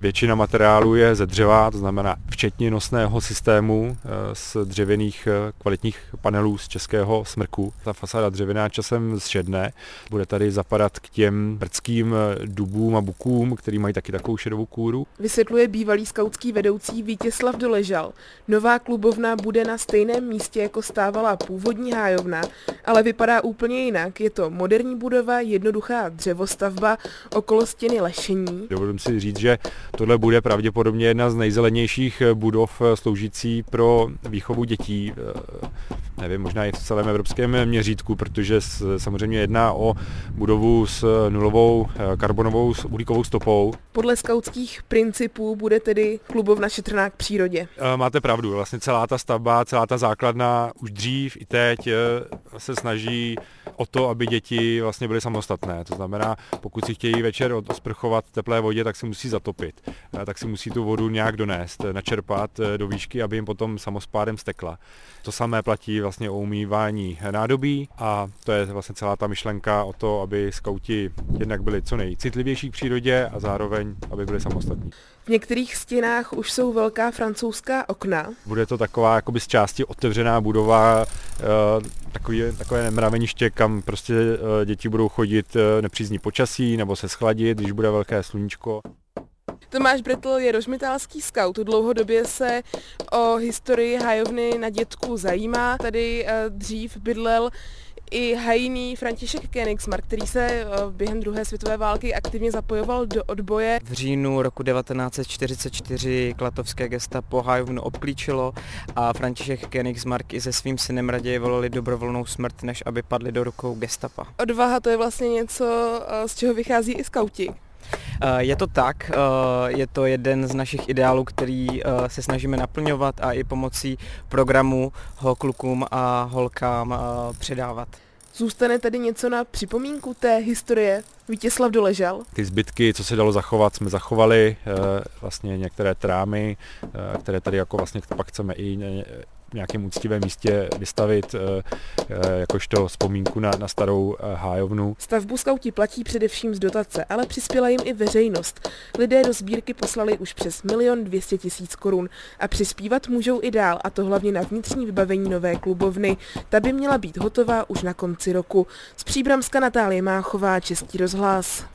Většina materiálu je ze dřeva, to znamená včetně nosného systému z dřevěných kvalitních panelů z českého smrku. Ta fasáda dřevěná časem zšedne, bude tady zapadat k těm brdským dubům a bukům, který mají taky takovou šedovou kůru. Vysvětluje bývalý skautský vedoucí Vítězslav Doležal. Nová klubovna bude na stejném místě, jako stávala původní hájovna, ale vypadá úplně jinak. Je to moderní budova, jednoduchá dřevostavba, okolo stěny lešení. Dovolím si říct, že tohle bude pravděpodobně jedna z nejzelenějších budov sloužící pro výchovu dětí. Nevím, možná i v celém evropském měřítku, protože samozřejmě jedná o budovu s nulovou karbonovou uhlíkovou stopou. Podle skautských principů bude tedy klubovna šetrná k přírodě. Máte pravdu, vlastně celá ta stavba, celá ta základna už dřív i teď se snaží o to, aby děti vlastně byly samostatné. To znamená, pokud si chtějí večer osprchovat v teplé vodě, tak si musí zatopit. Tak si musí tu vodu nějak donést, načerpat do výšky, aby jim potom samospádem stekla. To samé platí vlastně o umývání nádobí a to je vlastně celá ta myšlenka o to, aby skauti jednak byli co nejcitlivější k přírodě a zároveň, aby byli samostatní. V některých stěnách už jsou velká francouzská okna. Bude to taková jakoby z části otevřená budova, takové mraveniště, kam prostě děti budou chodit nepřízní počasí nebo se schladit, když bude velké sluníčko. Tomáš Bretl je rožmitálský skaut. Dlouhodobě se o historii hájovny na Dětku zajímá. Tady dřív bydlel i hajný František Königsmark, který se během druhé světové války aktivně zapojoval do odboje. V říjnu roku 1944 klatovské gestapo hájovnu obklíčilo a František Königsmark i se svým synem raději volili dobrovolnou smrt, než aby padli do rukou gestapa. Odvaha, to je vlastně něco, z čeho vychází i skauti. Je to tak, je to jeden z našich ideálů, který se snažíme naplňovat a i pomocí programu ho klukům a holkám předávat. Zůstane tedy něco na připomínku té historie? Vítězslav Doležal. Ty zbytky, co se dalo zachovat, jsme zachovali, vlastně některé trámy, které tady jako vlastně pak chceme i v nějakém úctivém místě vystavit, jakožto vzpomínku na starou hájovnu. Stavbu skauti platí především z dotace, ale přispěla jim i veřejnost. Lidé do sbírky poslali už přes 1 200 000 korun a přispívat můžou i dál, a to hlavně na vnitřní vybavení nové klubovny. Ta by měla být hotová už na konci roku. Z Příbramska Natálie Máchová, Český rozhlas.